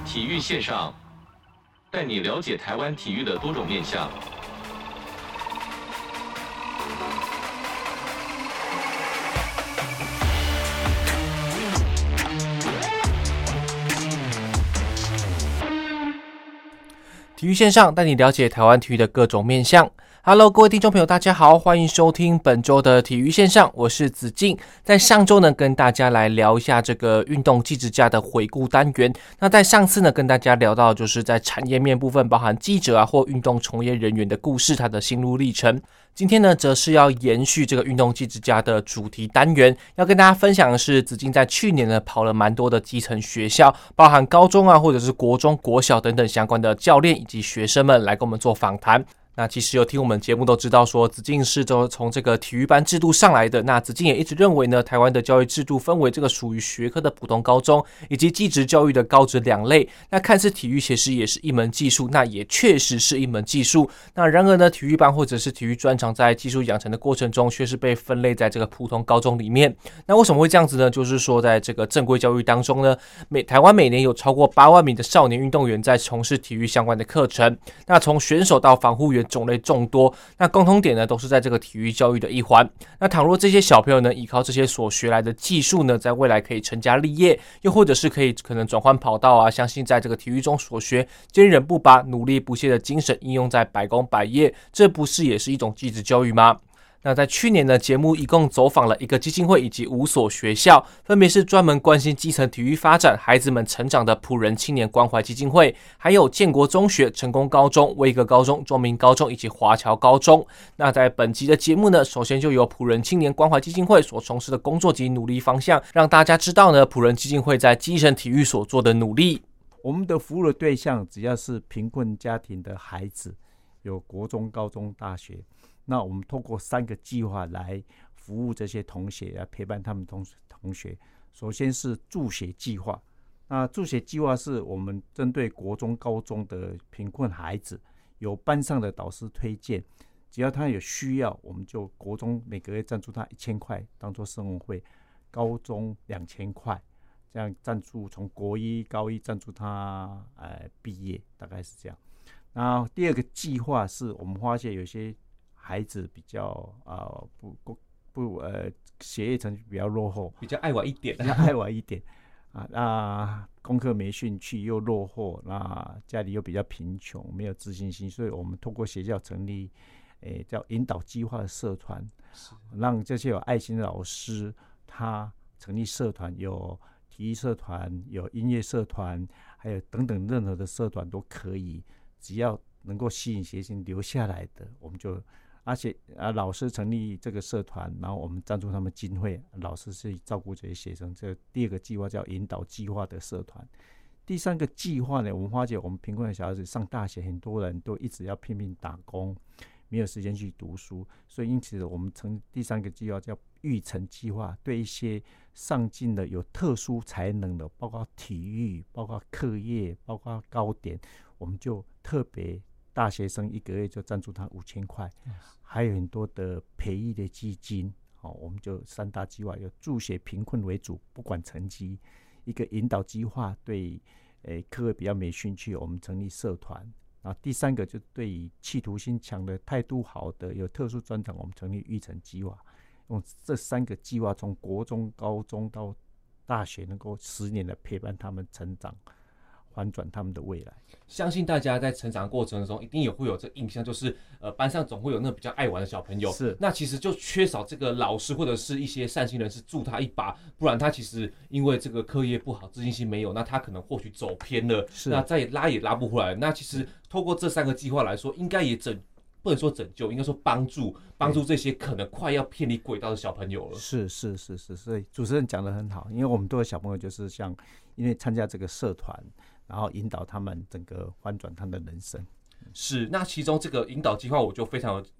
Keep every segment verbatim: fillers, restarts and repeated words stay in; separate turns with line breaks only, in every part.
体育线上，带你了解台湾体育的多种面向。
体育线上带你了解台湾体育的各种面向。Hello， 各位听众朋友，大家好，欢迎收听本周的体育线上，我是子敬。在上周呢，跟大家来聊一下这个运动技职家的回顾单元。那在上次呢，跟大家聊到就是在产业面部分，包含记者啊或运动从业人员的故事，他的心路历程。今天呢，则是要延续这个运动技职家的主题单元，要跟大家分享的是子敬在去年呢跑了蛮多的基层学校，包含高中啊或者是国中、国小等等相关的教练以及学生们来跟我们做访谈。那其实有听我们节目都知道说，子敬是从这个体育班制度上来的。那子敬也一直认为呢，台湾的教育制度分为这个属于学科的普通高中以及技职教育的高职两类。那看似体育其实也是一门技术，那也确实是一门技术。那然而呢，体育班或者是体育专长在技术养成的过程中，却是被分类在这个普通高中里面。那为什么会这样子呢？就是说，在这个正规教育当中呢，每台湾每年有超过八万名的少年运动员在从事体育相关的课程。那从选手到防护员，种类众多，那共同点呢都是在这个体育教育的一环。那倘若这些小朋友呢依靠这些所学来的技术呢，在未来可以成家立业，又或者是可以可能转换跑道啊，相信在这个体育中所学，坚韧不拔、努力不懈的精神应用在百工百业，这不是也是一种技职教育吗？那在去年的节目一共走访了一个基金会以及五所学校，分别是专门关心基层体育发展、孩子们成长的埔仁青年关怀基金会，还有建国中学、成功高中、威格高中、庄民高中以及华侨高中。那在本集的节目呢，首先就由埔仁青年关怀基金会所从事的工作及努力方向，让大家知道呢埔仁基金会在基层体育所做的努力。
我们的服务的对象只要是贫困家庭的孩子，有国中、高中、大学，那我们透过三个计划来服务这些同学，来陪伴他们同同学。首先是助学计划，那助学计划是我们针对国中、高中的贫困孩子，由班上的导师推荐，只要他有需要，我们就国中每个月赞助他一千块当做生活费，高中两千块，这样赞助从国一、高一赞助他呃毕业，大概是这样。然后第二个计划是我们发现有些孩子比较呃不不呃学业成绩比较落后，
比较爱玩一点，
比较爱玩一点啊，那功课没兴趣又落后，那家里又比较贫穷，没有自信心，所以我们透过学校成立诶叫引导计划的社团，让这些有爱心的老师他成立社团，有体育社团，有音乐社团，还有等等任何的社团都可以，只要能够吸引学生留下来的，我们就而且啊，老师成立这个社团，然后我们赞助他们经费，老师是照顾这些学生。这第二个计划叫引导计划的社团。第三个计划呢，我们发觉我们贫困的小孩子上大学，很多人都一直要拼命打工，没有时间去读书，所以因此我们成第三个计划叫育成计划，对一些上进的有特殊才能的，包括体育、包括课业、包括高点，我们就特别大学生一个月就赞助他五千块，还有很多的培育的基金。好，我们就三大计划，有助学贫困为主，不管成绩；一个引导计划，对诶课业比较没兴趣，我们成立社团。然后第三个就对于企图心强的、态度好的、有特殊专长，我们成立育成计划。用这三个计划，从国中、高中到大学，能够十年的陪伴他们成长，反转他们的未来。
相信大家在成长过程中一定也会有这印象，就是呃班上总会有那比较爱玩的小朋友，
是那
其实就缺少这个老师或者是一些善心人士助他一把，不然他其实因为这个课业不好，自信心没有，那他可能或许走偏了，那再拉也拉不回来。那其实透过这三个计划来说，应该也整不能说拯救，应该说帮助帮助这些可能快要偏离轨道的小朋友了。
是是是是，所以主持人讲得很好，因为我们都有小朋友就是像因为参加这个社团，然后引导他们整个翻转他们的人生。
是，那其中这个引导计划我就非常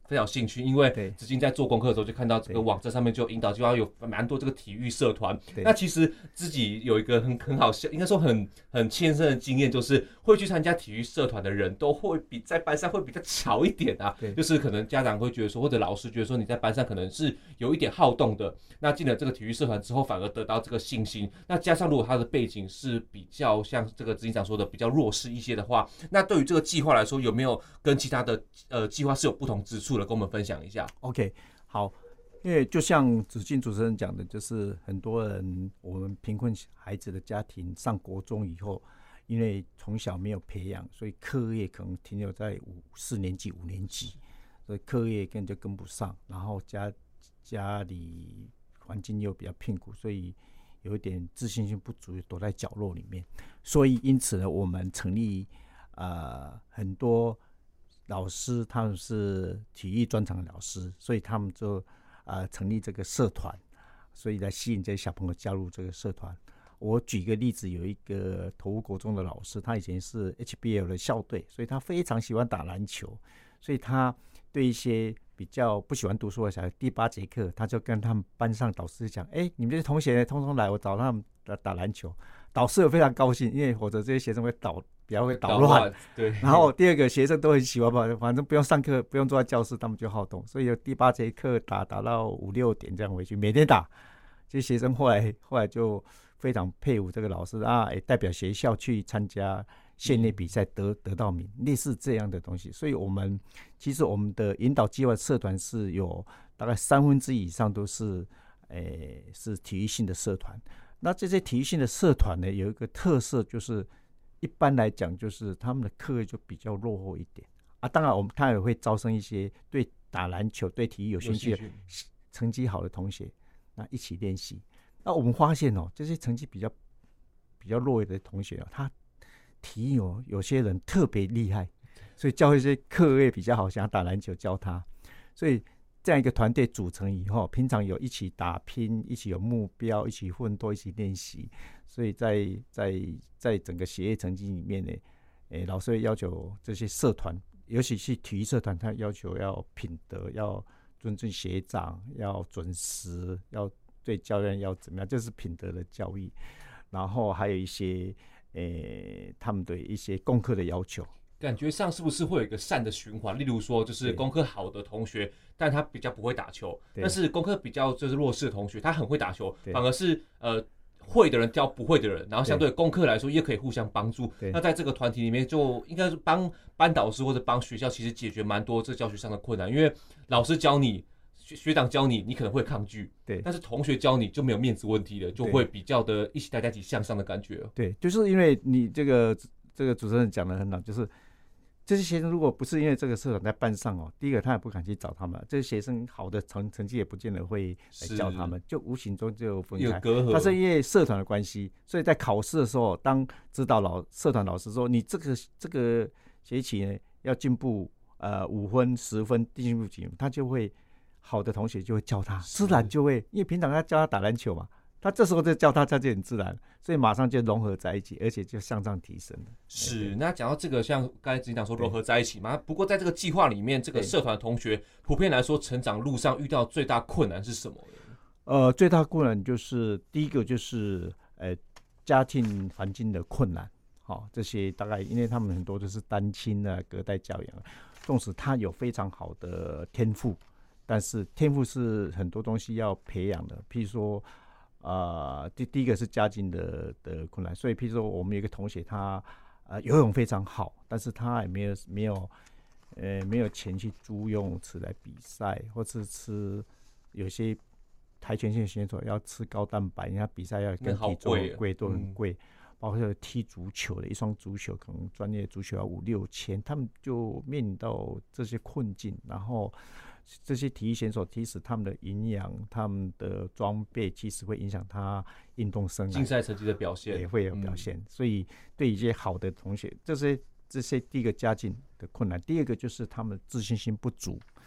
非常有兴趣，因为
对
子敬在做功课的时候就看到这个
对
网站上面就有引导计划有蛮多这个体育社团。那其实自己有一个很很好笑，应该说很很亲身的经验，就是会去参加体育社团的人都会比在班上会比较吵一点啊，就是可能家长会觉得说，或者老师觉得说你在班上可能是有一点好动的，那进了这个体育社团之后反而得到这个信心。那加上如果他的背景是比较像这个执行长说的比较弱势一些的话，那对于这个计划来说，有没有跟其他的呃计划是有不同之处的，跟我们分享一下。
OK， 好，因为就像子敬主持人讲的，就是很多人我们贫困孩子的家庭上国中以后，因为从小没有培养，所以课业可能停留在五四年级五年级，所以课业根本就跟不上，然后家家里环境又比较贫苦，所以有一点自信心不足，躲在角落里面。所以因此呢，我们成立呃很多老师，他们是体育专长的老师，所以他们就呃成立这个社团，所以来吸引这些小朋友加入这个社团。我举个例子，有一个头屋国中的老师，他以前是 H B L 的校队，所以他非常喜欢打篮球，所以他对一些比较不喜欢读书的小孩，第八节课他就跟他们班上导师讲，哎，你们这些同学通通来，我找他们打打篮球。导师也非常高兴，因为否则这些学生会捣比较会捣乱，对。然后第二个学生都很喜欢吧，反正不用上课，不用坐在教室，他们就好动，所以有第八节课打打到五六点这样回去，每天打。这些学生后来后来就非常佩服这个老师啊，也代表学校去参加县内比赛得得到名，类似这样的东西。所以我们其实我们的引导计划社团是有大概三分之一以上都是诶是体育性的社团。那这些体育性的社团呢，有一个特色，就是一般来讲，就是他们的课业就比较落后一点啊。当然，我们他也会招生一些对打篮球、对体育有兴趣的、成绩好的同学，那一起练习。那我们发现哦，这些成绩比较比较弱的同学哦，他体育哦，有些人特别厉害，所以教一些课业比较好，想打篮球教他，所以。这样一个团队组成以后，平常有一起打拼，一起有目标，一起奋斗，一起练习，所以在在在整个学业成绩里面呢，诶，老师会要求这些社团，尤其是体育社团，他要求要品德，要尊重学长，要准时，要对教练要怎么样，这是品德的教育。然后还有一些诶，他们的一些功课的要求。
感觉上是不是会有一个善的循环？例如说，就是功课好的同学，但他比较不会打球；但是功课比较就是弱势的同学，他很会打球，反而是呃会的人教不会的人，然后相对功课来说也可以互相帮助。那在这个团体里面，就应该是帮班导师或者帮学校，其实解决蛮多这教学上的困难，因为老师教你。学长教你，你可能会抗拒，对，但是同学教你就没有面子问题了，就会比较的一起大家一起向上的感觉。
对，就是因为你这个这个主持人讲的很好，就是这些学生如果不是因为这个社团在班上哦，第一个他也不敢去找他们，这些学生好的成成绩也不见得会来教他们，就无形中就分开，有隔阂。但是因为社团的关系，所以在考试的时候，当指导老社团老师说你这个这个学期呢要进步呃五分十分进步几分，他就会。好的同学就会教他，自然就会，因为平常他教他打篮球嘛，他这时候就教他，他就很自然，所以马上就融合在一起，而且就向上提升了。
是，那讲到这个，像刚才执行长说融合在一起嘛，不过在这个计划里面，这个社团的同学普遍来说，成长路上遇到最大困难是什么？
呃，最大困难就是第一个就是呃家庭环境的困难，好、哦，这些大概因为他们很多都是单亲啊，隔代教养，纵使他有非常好的天赋。但是天赋是很多东西要培养的，譬如说，呃，第第一个是家境的的困难，所以譬如说我们有一个同学他呃游泳非常好，但是他也没有没有呃没有钱去租游泳池来比赛，或是吃有些跆拳道选手要吃高蛋白，人家比赛要跟体重很贵，都很贵。嗯，包括踢足球的一双足球，可能专业足球要五六千，他们就面临到这些困境，然后。这些体育选手其实他们的营养、他们的装备，其实会影响他运动生涯、
竞赛成绩的表现，
也会有表现。嗯、所以对一些好的同学，这些这些第一个家境的困难，第二个就是他们自信心不足。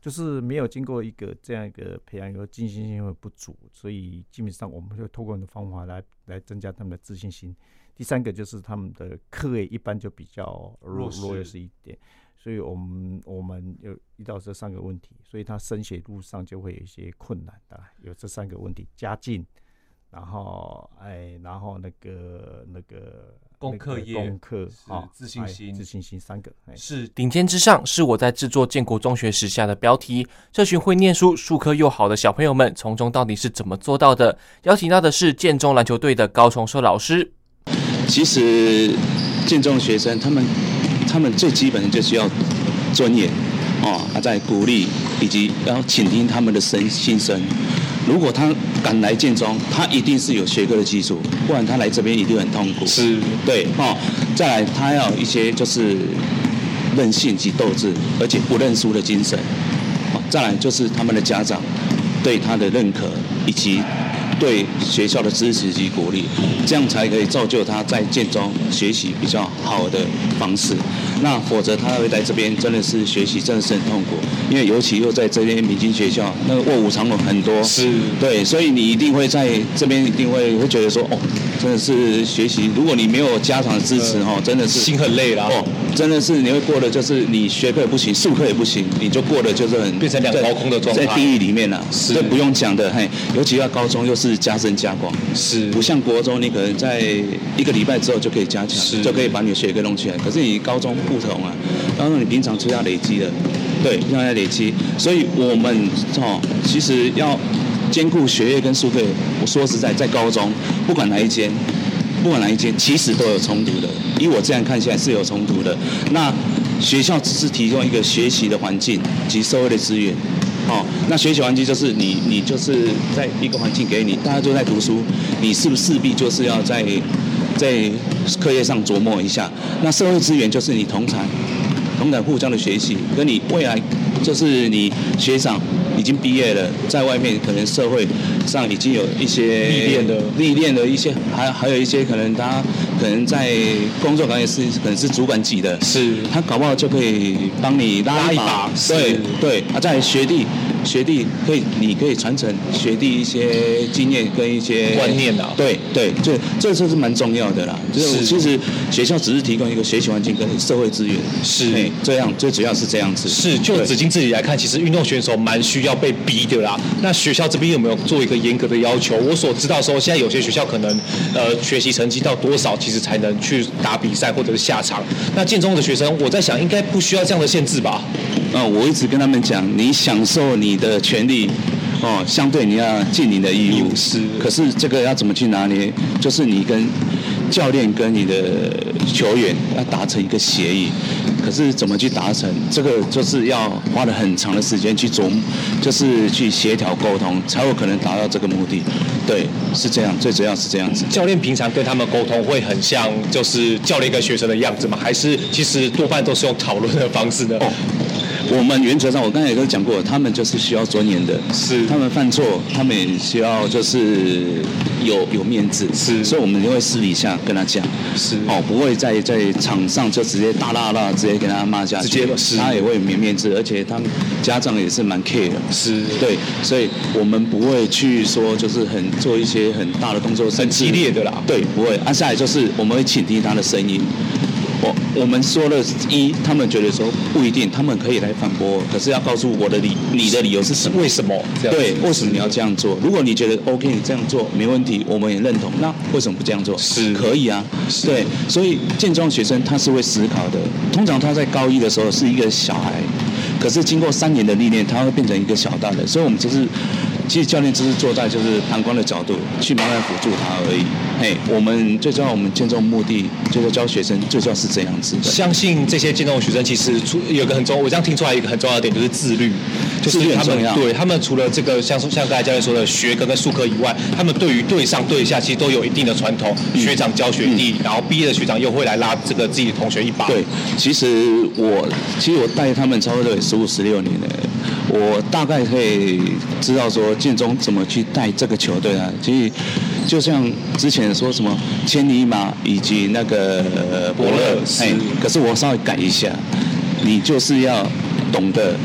就是没有经过一个这样一个培养，有自信心会不足，所以基本上我们会透过我们的方法来来增加他们的自信心。第三个就是他们的课业一般就比较弱弱势一点，所以我们我们有遇到这三个问题，所以他升学路上就会有一些困难的，有这三个问题：家境，然后哎，然后那个那个
功课业、
功课
啊、自信心、
自信心三个
是顶尖之上。是我在制作建国中学时下的标题。这群会念书、术科又好的小朋友们，从中到底是怎么做到的？邀请到的是建中篮球队的高崇寿老师。
其实建中学生他们他们最基本的就是要尊严哦，他在鼓励以及要倾听他们的声心声。如果他敢来建中，他一定是有学科的基础，不然他来这边一定很痛苦。
是，
对哦。再来，他要有一些就是韧性及斗志，而且不认输的精神。哦，再来就是他们的家长对他的认可以及对学校的支持及鼓励，这样才可以造就他在建中学习比较好的方式。那否则他会来这边真的是学习真的是很痛苦，因为尤其又在这边明星学校，那个卧虎藏龙很多，
是
对，所以你一定会在这边一定会会觉得说，哦，真的是学习，如果你没有家长的支持，哦，真的是
心很累啦。
哦，真的是你会过的就是你学科也不行，术科也不行，你就过的就是很
变成两高空的状态，
在地狱里面了，是，这不用讲的，嘿，尤其要高中又是加深加广，
是，
不像国中，你可能在一个礼拜之后就可以加强，就可以把你的学科弄起来。可是你高中不同啊，高中你平常就要累积的，对，要来累积。所以我们哦，其实要兼顾学业跟术科。我说实在，在高中不管哪一间，不管哪一间，其实都有冲突的。以我这样看起来是有冲突的。那学校只是提供一个学习的环境及社会的资源。哦，那学习环境就是你，你就是在一个环境给你，大家都在读书，你是不是势必就是要在在课业上琢磨一下？那社会资源就是你同才，同才互相的学习，跟你未来就是你学长已经毕业了，在外面可能社会上已经有一些
历练的
历练的一些，还还有一些可能他可能在工作岗位是可能是主管级的，
是
他搞不好就可以帮你拉一把，对对，啊，在学弟学弟可以，你可以传承学弟一些经验跟一些
观念啊，
对对，这这这是蛮重要的啦。就是其实学校只是提供一个学习环境跟社会资源，
是
这样，最主要是这样子。
是，就子金自己来看，其实运动选手蛮需要被逼的啦。那学校这边有没有做一个严格的要求？我所知道说，现在有些学校可能呃学习成绩到多少，其实才能去打比赛或者是下场。那建中的学生，我在想应该不需要这样的限制吧？
啊、呃，我一直跟他们讲，你享受你的权利，哦，相对你要尽你的义务。
是，
可是这个要怎么去拿捏？就是你跟教练跟你的球员要达成一个协议。可是怎么去达成？这个就是要花了很长的时间去琢磨，就是去协调沟通，才有可能达到这个目的。对，是这样，最主要是这样子。
教练平常跟他们沟通会很像，就是教练跟学生的样子吗？还是其实多半都是用讨论的方式呢？
哦，我们原则上，我刚才也都讲过，他们就是需要尊严的，
是
他们犯错，他们也需要就是有有面子，
是，
所以我们就会私底下跟他讲，
是
哦，不会在在场上就直接大辣辣直接给他骂下去，
直接是，
他也会没面子，而且他们家长也是蛮 care 的，
是，
对，所以我们不会去说就是很做一些很大的动作，
很激烈的啦，
对，不会。按、啊、下来就是我们会倾听他的声音。我我们说了一，他们觉得说不一定，他们可以来反驳，可是要告诉我的理，你的理由是什么？
为什么？
对，为什么你要这样做？如果你觉得 OK， 你这样做没问题，我们也认同。那为什么不这样做？
是
可以啊，对。所以建中学生他是会思考的。通常他在高一的时候是一个小孩，可是经过三年的历练，他会变成一个小大人。所以我们只是。其实教练只是坐在就是旁观的角度去慢慢辅助他而已。嘿，我们最重要，我们建中目的就是教学生，最重要是这样子的。
相信这些建中的学生，其实有一个很重要，我这样听出来一个很重要的点就是自律，就是他们对他们除了这个像像刚才教练说的学科跟术科以外，他们对于对上对下其实都有一定的传统。嗯、学长教学弟，嗯、然后毕业的学长又会来拉这个自己的同学一把。
对，其实我其实我带他们差不多有十五十六年了。我大概可以知道说建中怎么去带这个球队啊。其实就像之前说什么千里马以及那个伯乐，哎，可是我稍微改一下，你就是要懂得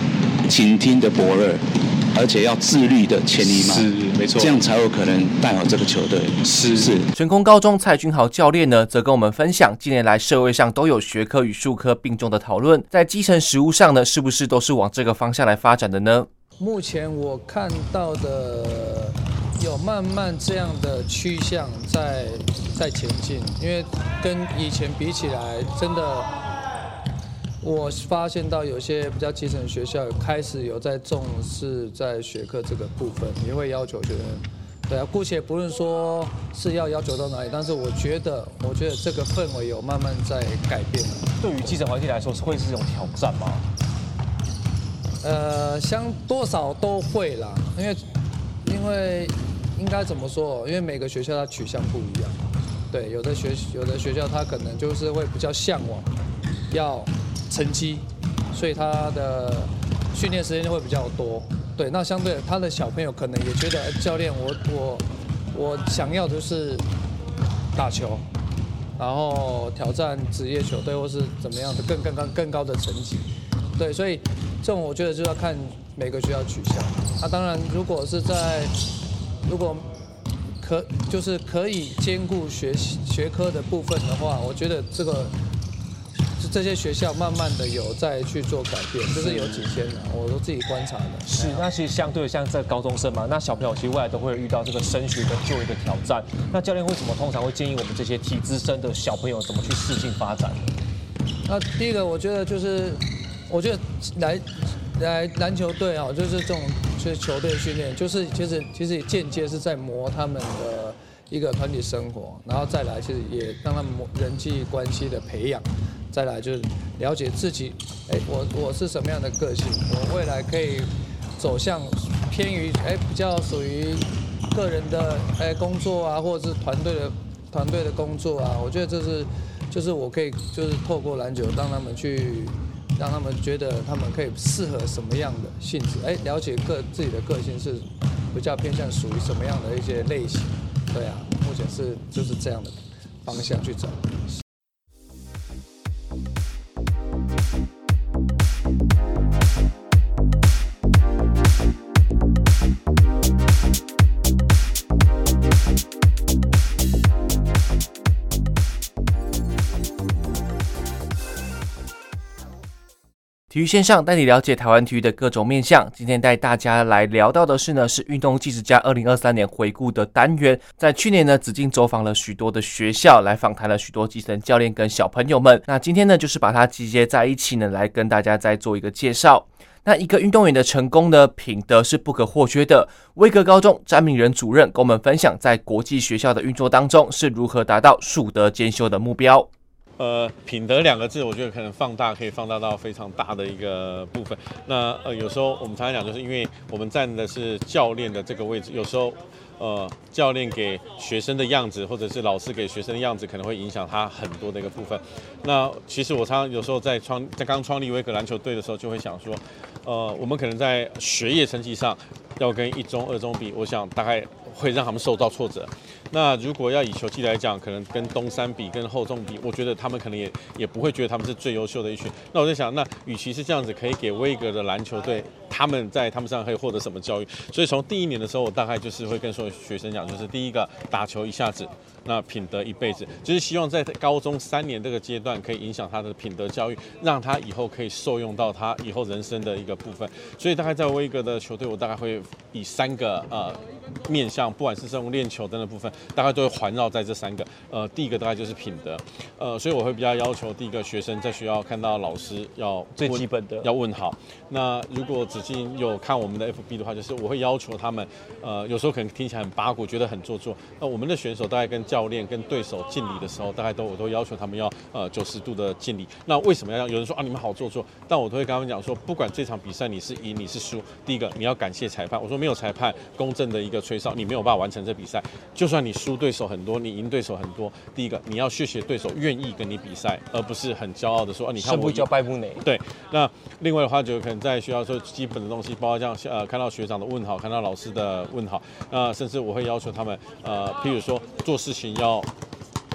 倾听的伯乐，而且要自律的千里马，
是没错，
这样才有可能带好这个球队。
是
是。
成功高中蔡君豪教练呢，则跟我们分享，近年来社会上都有学科与术科并重的讨论，在基层实务上呢，是不是都是往这个方向来发展的呢？
目前我看到的有慢慢这样的趋向在在前进，因为跟以前比起来，真的我发现到有些比较基层的学校开始有在重视在学科这个部分，也会要求学生。对啊，姑且不论说是要要求到哪里，但是我觉得，我觉得这个氛围有慢慢在改变。
对于基层环境来说，会是一种挑战吗？
呃，相多少都会啦，因为因为应该怎么说？因为每个学校它取向不一样，对，有的学有的学校它可能就是会比较向往要成绩，所以他的训练时间会比较多。对，那相对他的小朋友可能也觉得，哎，教练，我我我想要的是打球，然后挑战职业球队或是怎么样的更更高更高的成绩。对，所以这种我觉得就要看每个学校取向。那、啊、当然，如果是在如果可就是可以兼顾学学科的部分的话，我觉得这个这些学校慢慢的有在去做改变，就是有几天了，我都自己观察的。
是，那其实相对像这高中生嘛，那小朋友其实未来都会遇到这个升学跟就业的挑战。那教练为什么通常会建议我们这些体资生的小朋友怎么去适性发展？
那第一个，我觉得就是。我觉得来来篮球队啊，就是这种就是球队训练，就是其实其实间接是在磨他们的一个团体生活，然后再来其实也让他们人际关系的培养，再来就是了解自己，哎，我我是什么样的个性，我未来可以走向偏于哎比较属于个人的哎工作啊，或者是团队的团队的工作啊，我觉得这是就是我可以就是透过篮球让他们去。让他们觉得他们可以适合什么样的性质，哎，了解个自己的个性是比较偏向属于什么样的一些类型，对啊，目前是就是这样的方向去走。
体育线上带你了解台湾体育的各种面向。今天带大家来聊到的是呢，是运动纪实家二零二三年回顾的单元。在去年呢，子敬走访了许多的学校，来访谈了许多基层教练跟小朋友们。那今天呢，就是把它集结在一起呢，来跟大家再做一个介绍。那一个运动员的成功呢，品德是不可或缺的。威格高中詹敏仁主任跟我们分享，在国际学校的运作当中是如何达到术德兼修的目标。
呃，品德两个字，我觉得可能放大，可以放大到非常大的一个部分。那呃，有时候我们常常讲，就是因为我们站的是教练的这个位置，有时候呃，教练给学生的样子，或者是老师给学生的样子，可能会影响他很多的一个部分。那其实我常常有时候在创在刚创立威格篮球队的时候，就会想说，呃，我们可能在学业成绩上要跟一中、二中比，我想大概会让他们受到挫折。那如果要以球技来讲，可能跟东山比、跟厚重比，我觉得他们可能也也不会觉得他们是最优秀的一群。那我在想，那与其是这样子，可以给威格的篮球队，他们在他们身上可以获得什么教育？所以从第一年的时候，我大概就是会跟所有学生讲，就是第一个打球一下子，那品德一辈子，就是希望在高中三年这个阶段可以影响他的品德教育，让他以后可以受用到他以后人生的一个部分。所以大概在威格的球队，我大概会以三个呃面向，不管是这种练球灯的部分，大概都会环绕在这三个。呃，第一个大概就是品德，呃，所以我会比较要求第一个学生在学校看到老师要
最基本的
要问好。那如果子敬有看我们的 F B 的话，就是我会要求他们，呃，有时候可能听起来很八股，觉得很做作。那我们的选手大概跟教练跟对手敬礼的时候，大概都我都要求他们要呃九十度的敬礼。那为什么要有人说啊你们好做作？但我都会跟他们讲说，不管这场比赛你是赢你是输，第一个你要感谢裁判。我说没有裁判公正的一个吹哨，你没有办法完成这比赛。就算你输对手很多，你赢对手很多，第一个你要谢谢对手愿意跟你比赛，而不是很骄傲的说啊你看我
胜不骄败不馁。
对，那另外的话就可能在学校说基本的东西，包括像呃看到学长的问好，看到老师的问好，那甚至我会要求他们呃，譬如说做事情要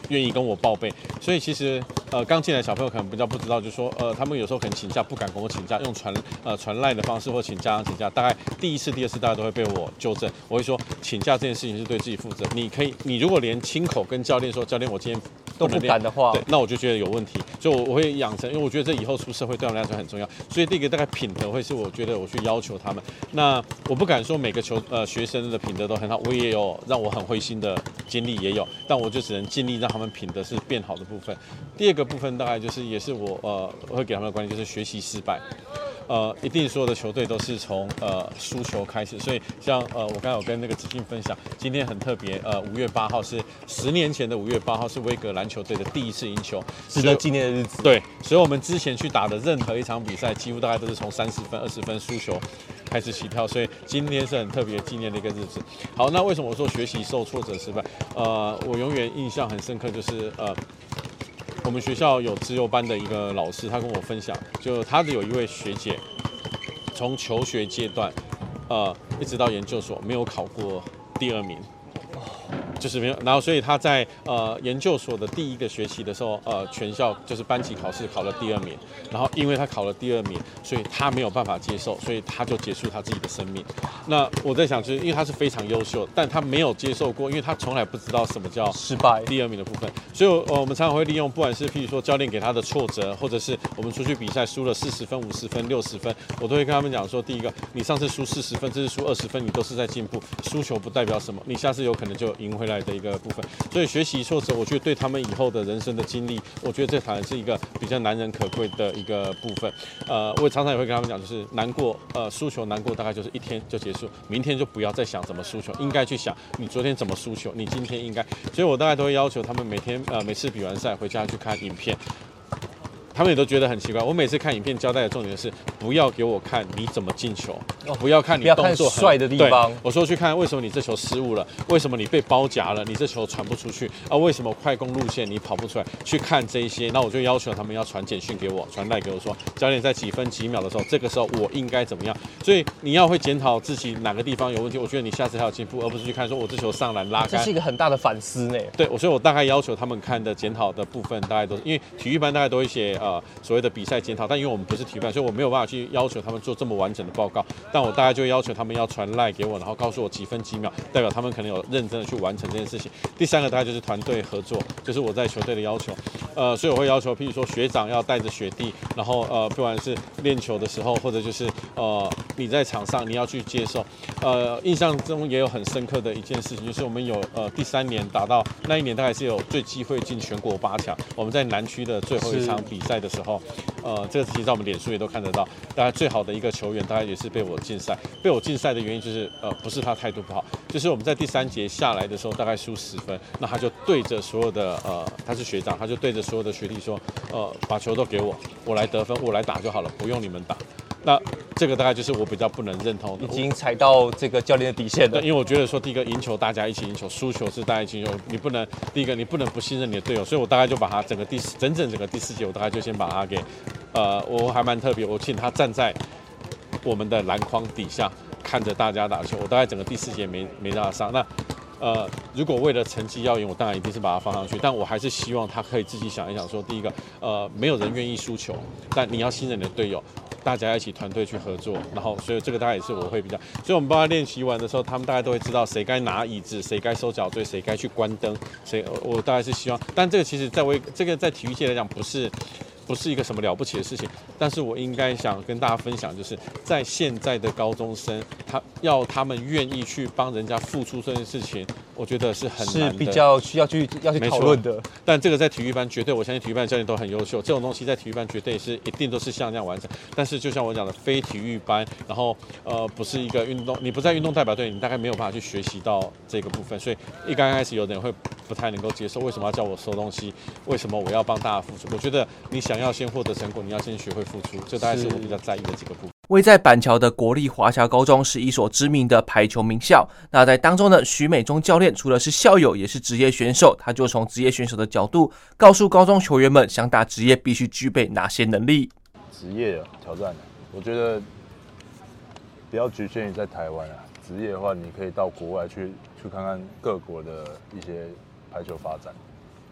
愿意跟我报备。所以其实呃刚进来的小朋友可能比较不知道，就是说呃他们有时候可能请假不敢跟我请假，用传呃传赖的方式或请家长请假，大概第一次、第二次大家都会被我纠正。我会说请假这件事情是对自己负责，你可以，你如果连亲口跟教练说，教练我今天
都不敢的话，
对，那我就觉得有问题，所以我我会养成，因为我觉得这以后出社会对我们来说很重要，所以第一个大概品德会是我觉得我去要求他们。那我不敢说每个球呃学生的品德都很好，我也有让我很灰心的经历也有，但我就只能尽力让他们品德是变好的部分。第二个部分大概就是也是我呃会给他们的观念，就是学习失败。呃，一定所有的球队都是从呃输球开始，所以像呃我刚才有跟那个子敬分享，今天很特别，呃五月八号是十年前的五月八号是威格篮球队的第一次赢球，
值得纪念的日子。
对，所以我们之前去打的任何一场比赛，几乎大概都是从三十分、二十分输球开始起跳，所以今天是很特别纪念的一个日子。好，那为什么我说学习受挫折失败？呃，我永远印象很深刻，就是呃。我们学校有资优班的一个老师，他跟我分享，就他的有一位学姐，从求学阶段，呃，一直到研究所没有考过第二名，就是没有。然后，所以他在呃研究所的第一个学期的时候，呃，全校就是班级考试考了第二名。然后，因为他考了第二名，所以他没有办法接受，所以他就结束他自己的生命。那我在想，就是因为他是非常优秀，但他没有接受过，因为他从来不知道什么叫
失败
第二名的部分。所以，呃，我们常常会利用，不管是譬如说教练给他的挫折，或者是我们出去比赛输了四十分、五十分、六十分，我都会跟他们讲说，第一个，你上次输四十分，这次输二十分，你都是在进步，输球不代表什么，你下次有可能就赢回来的一个部分。所以学习挫折，我觉得对他们以后的人生的经历，我觉得这反而是一个比较难能可贵的一个部分。呃，我常常也会跟他们讲，就是难过，呃，输球难过大概就是一天就结束，明天就不要再想怎么输球，应该去想你昨天怎么输球，你今天应该。所以我大概都会要求他们每天，呃，每次比完赛回家去看影片。他们也都觉得很奇怪。我每次看影片交代的重点是，不要给我看你怎么进球，不要看你动作很
帅的地方。
我说去看为什么你这球失误了，为什么你被包夹了，你这球传不出去啊？为什么快攻路线你跑不出来？去看这一些，那我就要求他们要传简讯给我，传带给我说，教练在几分几秒的时候，这个时候我应该怎么样？所以你要会检讨自己哪个地方有问题，我觉得你下次还有进步，而不是去看说我这球上篮拉开。
这是一个很大的反思呢。
对，所以我大概要求他们看的检讨的部分，大概都是因为体育班大概都会写呃所谓的比赛检讨，但因为我们不是体育班，所以我没有办法去要求他们做这么完整的报告。但我大概就会要求他们要传赖给我，然后告诉我几分几秒，代表他们可能有认真的去完成这件事情。第三个大概就是团队合作，就是我在球队的要求。呃，所以我会要求，譬如说学长要带着学弟，然后呃，不管是练球的时候，或者就是呃你在场上你要去接受。呃，印象中也有很深刻的一件事情，就是我们有呃第三年打到那一年，大概是有最机会进全国八强。我们在南区的最后一场比赛的时候，呃，这个其实在我们脸书也都看得到，大概最好的一个球员，大概也是被我禁赛。被我禁赛的原因就是呃不是他态度不好，就是我们在第三节下来的时候大概输十分，那他就对着所有的呃他是学长，他就对着所有的学弟说，呃把球都给我，我来得分，我来打就好了，不用你们打。那这个大概就是我比较不能认同的，
已经踩到这个教练的底线了。
因为我觉得说，第一个赢球大家一起赢球，输球是大家一起赢球，你不能第一个你不能不信任你的队友，所以我大概就把他整个第四整整整个第四节，我大概就先把他给，呃，我还蛮特别，我请他站在我们的篮筐底下看着大家打球，我大概整个第四节没没让他上。那呃，如果为了成绩要赢，我当然一定是把他放上去，但我还是希望他可以自己想一想说，第一个，呃，没有人愿意输球，但你要信任你的队友。大家一起团队去合作，然后所以这个大概也是我会比较，所以我们帮他练习完的时候，他们大概都会知道谁该拿椅子，谁该收脚坠，谁该去关灯，谁我大概是希望，但这个其实在我这个在体育界来讲不是。不是一个什么了不起的事情，但是我应该想跟大家分享，就是在现在的高中生，他要他们愿意去帮人家付出这件事情，我觉得是很难的，
是比较需要去要去讨论的。
但这个在体育班绝对，我相信体育班的教练都很优秀，这种东西在体育班绝对是一定都是像这样完成。但是就像我讲的，非体育班，然后呃不是一个运动，你不在运动代表队，你大概没有办法去学习到这个部分，所以一刚开始有的人会不太能够接受，为什么要叫我收东西？为什么我要帮大家付出？我觉得你想要先获得成果，你要先学会付出，这大概是我比较在意的几个部分。
位在板桥的国立华侨高中是一所知名的排球名校。那在当中呢，许美忠教练除了是校友，也是职业选手。他就从职业选手的角度，告诉高中球员们，想打职业必须具备哪些能力。
职业挑战，我觉得不要局限于在台湾啊。职业的话，你可以到国外去去看看各国的一些排球发展。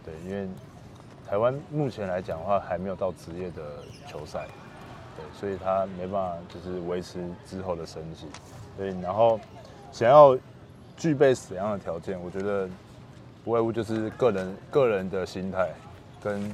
对，因为台湾目前来讲的话，还没有到职业的球赛，对，所以他没办法就是维持之后的生计。对，然后想要具备怎样的条件，我觉得不外乎就是个人个人的心态跟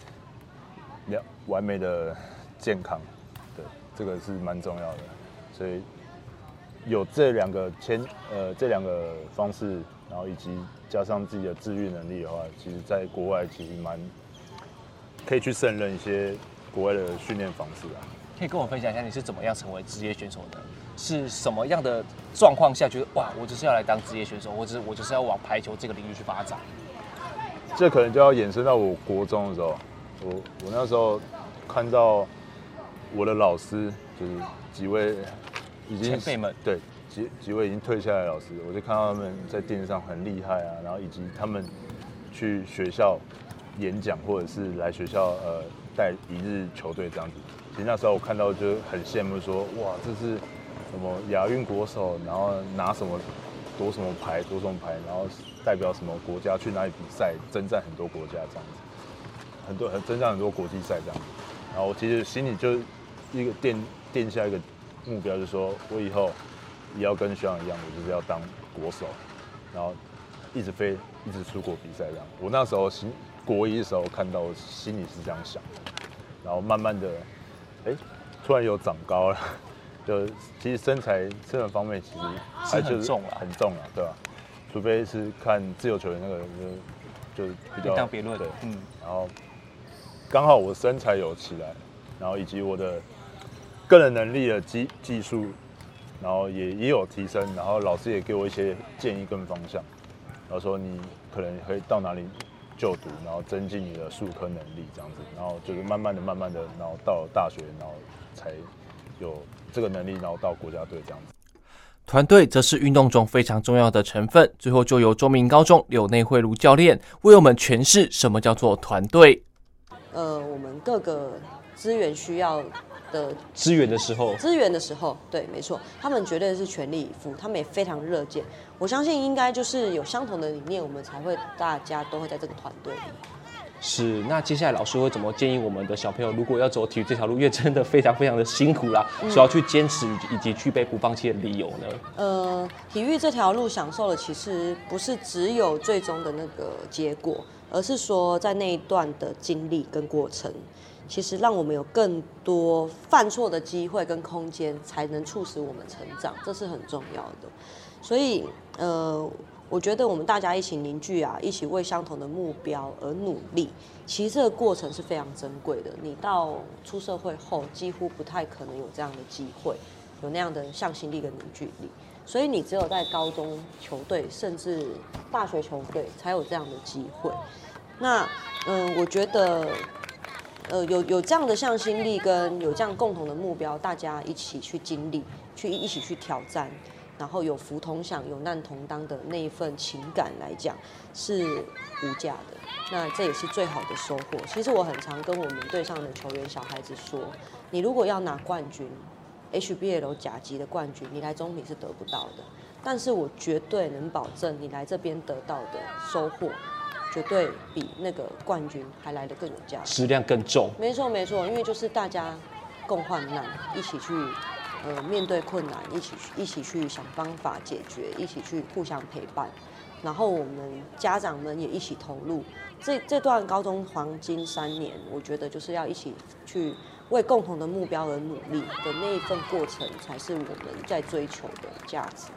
完美的健康，对，这个是蛮重要的。所以有这两个牵呃这两个方式，然后以及加上自己的自愈能力的话，其实在国外其实蛮可以去胜任一些国外的训练方式啊。
可以跟我分享一下你是怎么样成为职业选手的？是什么样的状况下觉得哇，我就是要来当职业选手，或者是我就是要往排球这个领域去发展？
这可能就要延伸到我国中的时候，我我那时候看到我的老师，就是几位已经
前辈们，
对几几位已经退下来的老师，我就看到他们在电视上很厉害啊，然后以及他们去学校演讲，或者是来学校呃带一日球队这样子。其实那时候我看到就很羡慕说，哇，这是什么亚运国手，然后拿什么夺什么牌，夺什么牌，然后代表什么国家去哪里比赛，征战很多国家这样子，很多很征战很多国际赛这样子。然后我其实心里就一个定定下一个目标，就是说我以后也要跟学长一样，我就是要当国手，然后一直飞，一直出国比赛这样。我那时候心国一的时候看到，我心里是这样想的，然后慢慢的，哎，突然有长高了。就其实身材身材方面其实还就是
很重了，
很重了，对吧？除非是看自由球员那个就就比较
另当别论，
对，
嗯。
然后刚好我身材有起来，然后以及我的个人能力的技技术，然后也也有提升，然后老师也给我一些建议跟方向，然后说你可能可以到哪里就读，然后增进你的术科能力这样子，然后就是慢慢的、慢慢的，然后到了大学，然后才有这个能力，然后到国家队这样子。
团队则是运动中非常重要的成分。最后就由中明高中柳内惠如教练为我们诠释什么叫做团队。
呃，我们各个资源需要的
资源的时候，
资源的时候，对，没错，他们绝对是全力以赴，他们也非常热健。我相信应该就是有相同的理念，我们才会大家都会在这个团队里。
是，那接下来老师会怎么建议我们的小朋友，如果要走体育这条路，因为真的非常非常的辛苦啦，嗯、所以要去坚持以及具备不放弃的理由呢？
呃，体育这条路享受的其实不是只有最终的那个结果，而是说在那一段的经历跟过程，其实让我们有更多犯错的机会跟空间，才能促使我们成长，这是很重要的。所以，呃。我觉得我们大家一起凝聚啊，一起为相同的目标而努力，其实这个过程是非常珍贵的。你到出社会后，几乎不太可能有这样的机会，有那样的向心力跟凝聚力。所以你只有在高中球队，甚至大学球队，才有这样的机会。那嗯，我觉得，呃，有有这样的向心力跟有这样共同的目标，大家一起去经历，去一起去挑战。然后有福同享、有难同当的那一份情感来讲是无价的，那这也是最好的收获。其实我很常跟我们队上的球员小孩子说，你如果要拿冠军 ，H B L 甲级的冠军，你来中平是得不到的。但是我绝对能保证，你来这边得到的收获，绝对比那个冠军还来得更有价值，
质量更重。
没错没错，因为就是大家共患难，一起去。呃，面对困难，一起一起去想方法解决，一起去互相陪伴，然后我们家长们也一起投入。这这段高中黄金三年，我觉得就是要一起去为共同的目标而努力的那一份过程，才是我们在追求的价值。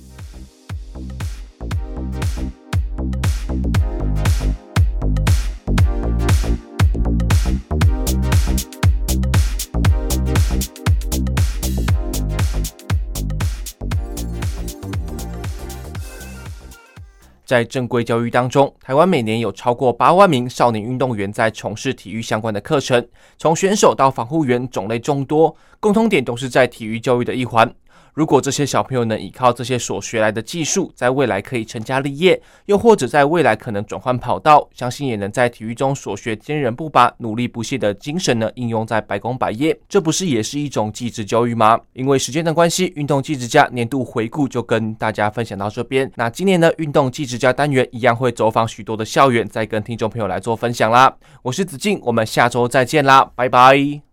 在正规教育当中，台湾每年有超过八万名少年运动员在从事体育相关的课程，从选手到防护员，种类众多，共通点都是在体育教育的一环。 如果这些小朋友能依靠这些所学来的技术，在未来可以成家立业，又或者在未来可能转换跑道，相信也能在体育中所学坚韧不拔、努力不懈的精神呢，应用在百工百业。这不是也是一种技职教育吗？因为时间的关系，运动技职家年度回顾就跟大家分享到这边。那今年的运动技职家单元一样会走访许多的校园，再跟听众朋友来做分享啦。我是子敬，我们下周再见啦，拜拜。